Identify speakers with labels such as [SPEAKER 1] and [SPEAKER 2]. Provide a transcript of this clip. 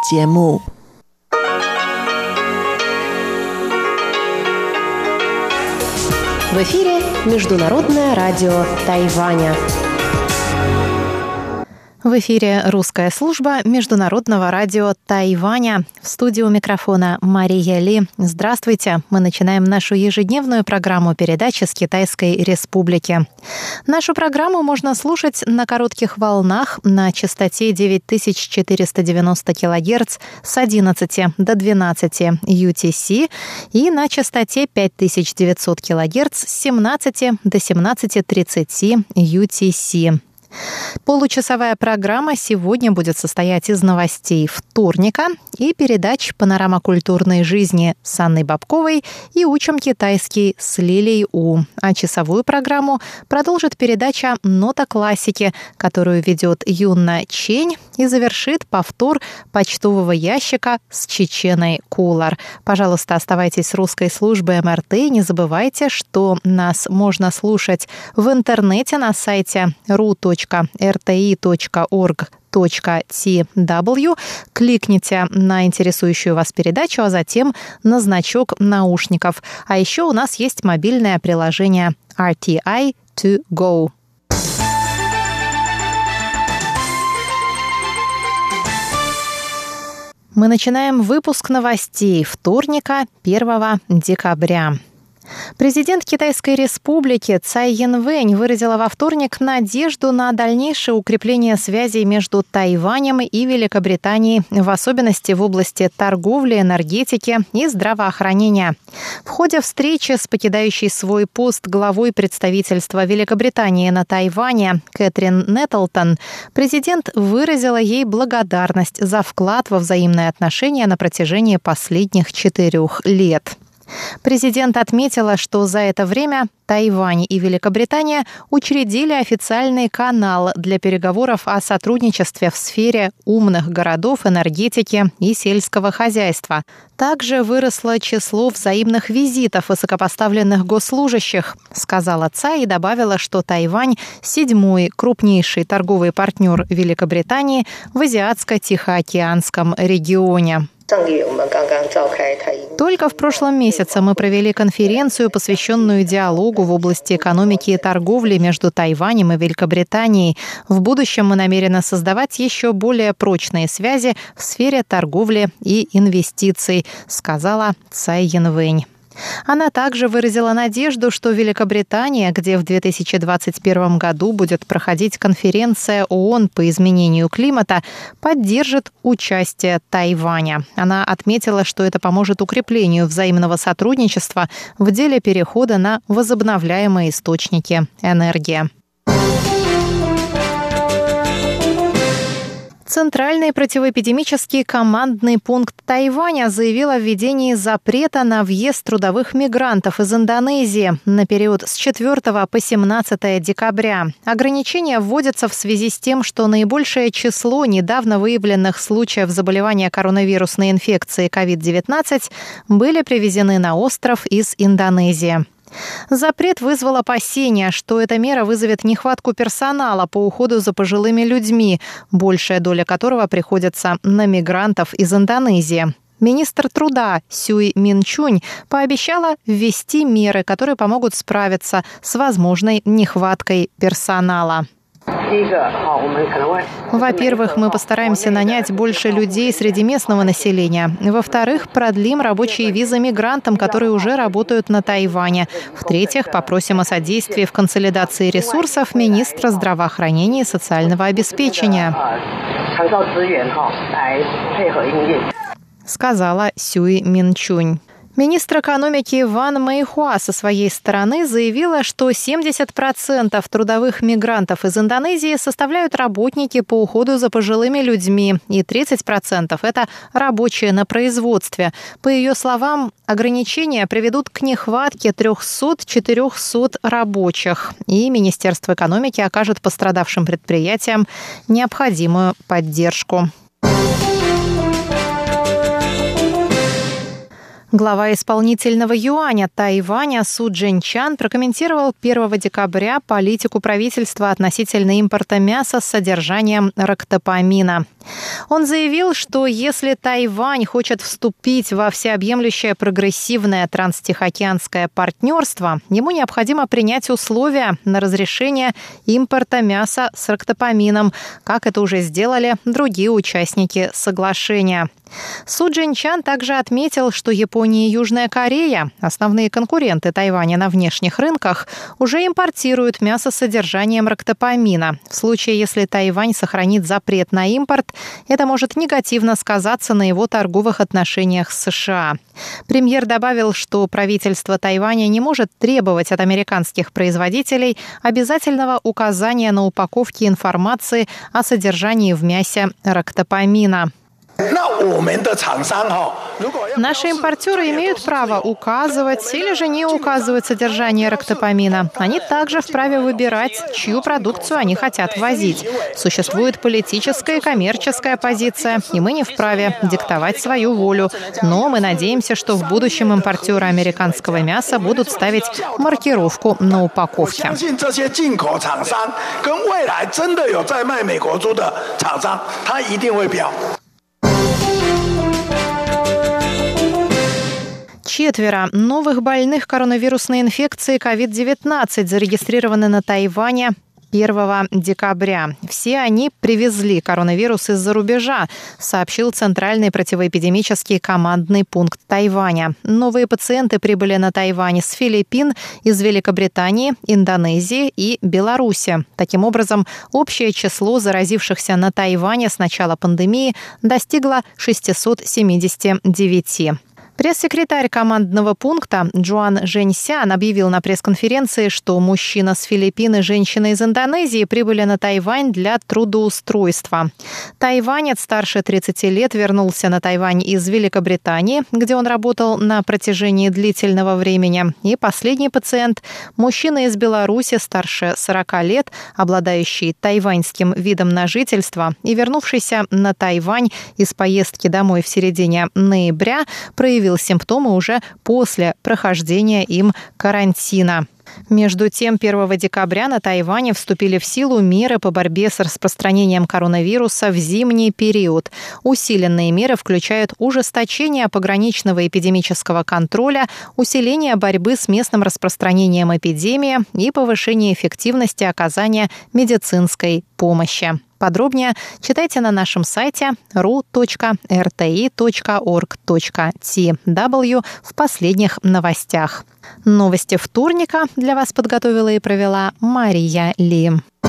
[SPEAKER 1] 节目。
[SPEAKER 2] В эфире Международное радио Тайваня. В эфире русская служба Международного радио Тайваня. В студии у микрофона Мария Ли. Здравствуйте. Мы начинаем нашу ежедневную программу передач из Китайской Республики. Нашу программу можно слушать на коротких волнах на частоте 9490 кГц с 11 до 12 UTC и на частоте 5900 кГц с 17 до 17:30 UTC. Получасовая программа сегодня будет состоять из новостей вторника и передач «Панорама культурной жизни» с Анной Бабковой и «Учим китайский» с Лилией У. А часовую программу продолжит передача «Нота классики», которую ведет Юнна Чень, и завершит повтор почтового ящика с Чеченой Кулар. Пожалуйста, оставайтесь с русской службой МРТ. Не забывайте, что нас можно слушать в интернете на сайте ru.rti.org.tw, кликните на интересующую вас передачу, а затем на значок наушников. А еще у нас есть мобильное приложение RTI To Go. Мы начинаем выпуск новостей вторника, 1 декабря. Президент Китайской Республики Цай Янвэнь выразила во вторник надежду на дальнейшее укрепление связей между Тайванем и Великобританией, в особенности в области торговли, энергетики и здравоохранения. В ходе встречи с покидающей свой пост главой представительства Великобритании на Тайване Кэтрин Нэттлтон президент выразила ей благодарность за вклад во взаимные отношения на протяжении последних 4 лет. Президент отметила, что за это время Тайвань и Великобритания учредили официальный канал для переговоров о сотрудничестве в сфере умных городов, энергетики и сельского хозяйства. Также выросло число взаимных визитов высокопоставленных госслужащих, сказала Цай и добавила, что Тайвань – 7-й крупнейший торговый партнер Великобритании в Азиатско-Тихоокеанском регионе. Только в прошлом месяце мы провели конференцию, посвященную диалогу в области экономики и торговли между Тайванем и Великобританией. В будущем мы намерены создавать еще более прочные связи в сфере торговли и инвестиций, сказала Цай Янвэнь. Она также выразила надежду, что Великобритания, где в 2021 году будет проходить конференция ООН по изменению климата, поддержит участие Тайваня. Она отметила, что это поможет укреплению взаимного сотрудничества в деле перехода на возобновляемые источники энергии. Центральный противоэпидемический командный пункт Тайваня заявил о введении запрета на въезд трудовых мигрантов из Индонезии на период с 4 по 17 декабря. Ограничения вводятся в связи с тем, что наибольшее число недавно выявленных случаев заболевания коронавирусной инфекцией COVID-19 были привезены на остров из Индонезии. Запрет вызвал опасения, что эта мера вызовет нехватку персонала по уходу за пожилыми людьми, большая доля которого приходится на мигрантов из Индонезии. Министр труда Сюй Минчунь пообещала ввести меры, которые помогут справиться с возможной нехваткой персонала. Во-первых, мы постараемся нанять больше людей среди местного населения. Во-вторых, продлим рабочие визы мигрантам, которые уже работают на Тайване. В-третьих, попросим о содействии в консолидации ресурсов министра здравоохранения и социального обеспечения, сказала Сюй Минчунь. Министр экономики Ван Мэйхуа со своей стороны заявила, что 70% трудовых мигрантов из Индонезии составляют работники по уходу за пожилыми людьми, и 30% – это рабочие на производстве. По ее словам, ограничения приведут к нехватке 300-400 рабочих, и Министерство экономики окажет пострадавшим предприятиям необходимую поддержку. Глава исполнительного юаня Тайваня Су Чжэньчан прокомментировал 1 декабря политику правительства относительно импорта мяса с содержанием рактопамина. Он заявил, что если Тайвань хочет вступить во всеобъемлющее прогрессивное транстихоокеанское партнерство, ему необходимо принять условия на разрешение импорта мяса с рактопамином, как это уже сделали другие участники соглашения. Су Чжэньчан также отметил, что Япония и Южная Корея, основные конкуренты Тайваня на внешних рынках, уже импортируют мясо с содержанием рактопамина. В случае, если Тайвань сохранит запрет на импорт, это может негативно сказаться на его торговых отношениях с США. Премьер добавил, что правительство Тайваня не может требовать от американских производителей обязательного указания на упаковке информации о содержании в мясе рактопамина. Наши импортеры имеют право указывать или же не указывать содержание рактопамина. Они также вправе выбирать, чью продукцию они хотят ввозить. Существует политическая и коммерческая позиция, и мы не вправе диктовать свою волю. Но мы надеемся, что в будущем импортеры американского мяса будут ставить маркировку на упаковке. Четверо новых больных коронавирусной инфекцией COVID-19 зарегистрированы на Тайване 1 декабря. Все они привезли коронавирус из-за рубежа, сообщил Центральный противоэпидемический командный пункт Тайваня. Новые пациенты прибыли на Тайвань с Филиппин, из Великобритании, Индонезии и Беларуси. Таким образом, общее число заразившихся на Тайване с начала пандемии достигло 679. Пресс-секретарь командного пункта Джоан Жэньсян объявил на пресс-конференции, что мужчина с Филиппин и женщина из Индонезии прибыли на Тайвань для трудоустройства. Тайванец старше 30 лет вернулся на Тайвань из Великобритании, где он работал на протяжении длительного времени. И последний пациент – мужчина из Беларуси старше 40 лет, обладающий тайваньским видом на жительство и вернувшийся на Тайвань из поездки домой в середине ноября, проявил симптомы уже после прохождения им карантина. Между тем, 1 декабря на Тайване вступили в силу меры по борьбе с распространением коронавируса в зимний период. Усиленные меры включают ужесточение пограничного эпидемического контроля, усиление борьбы с местным распространением эпидемии и повышение эффективности оказания медицинской помощи. Подробнее читайте на нашем сайте ru.rti.org.tw в последних новостях. Новости вторника для вас подготовила и провела Мария Ли.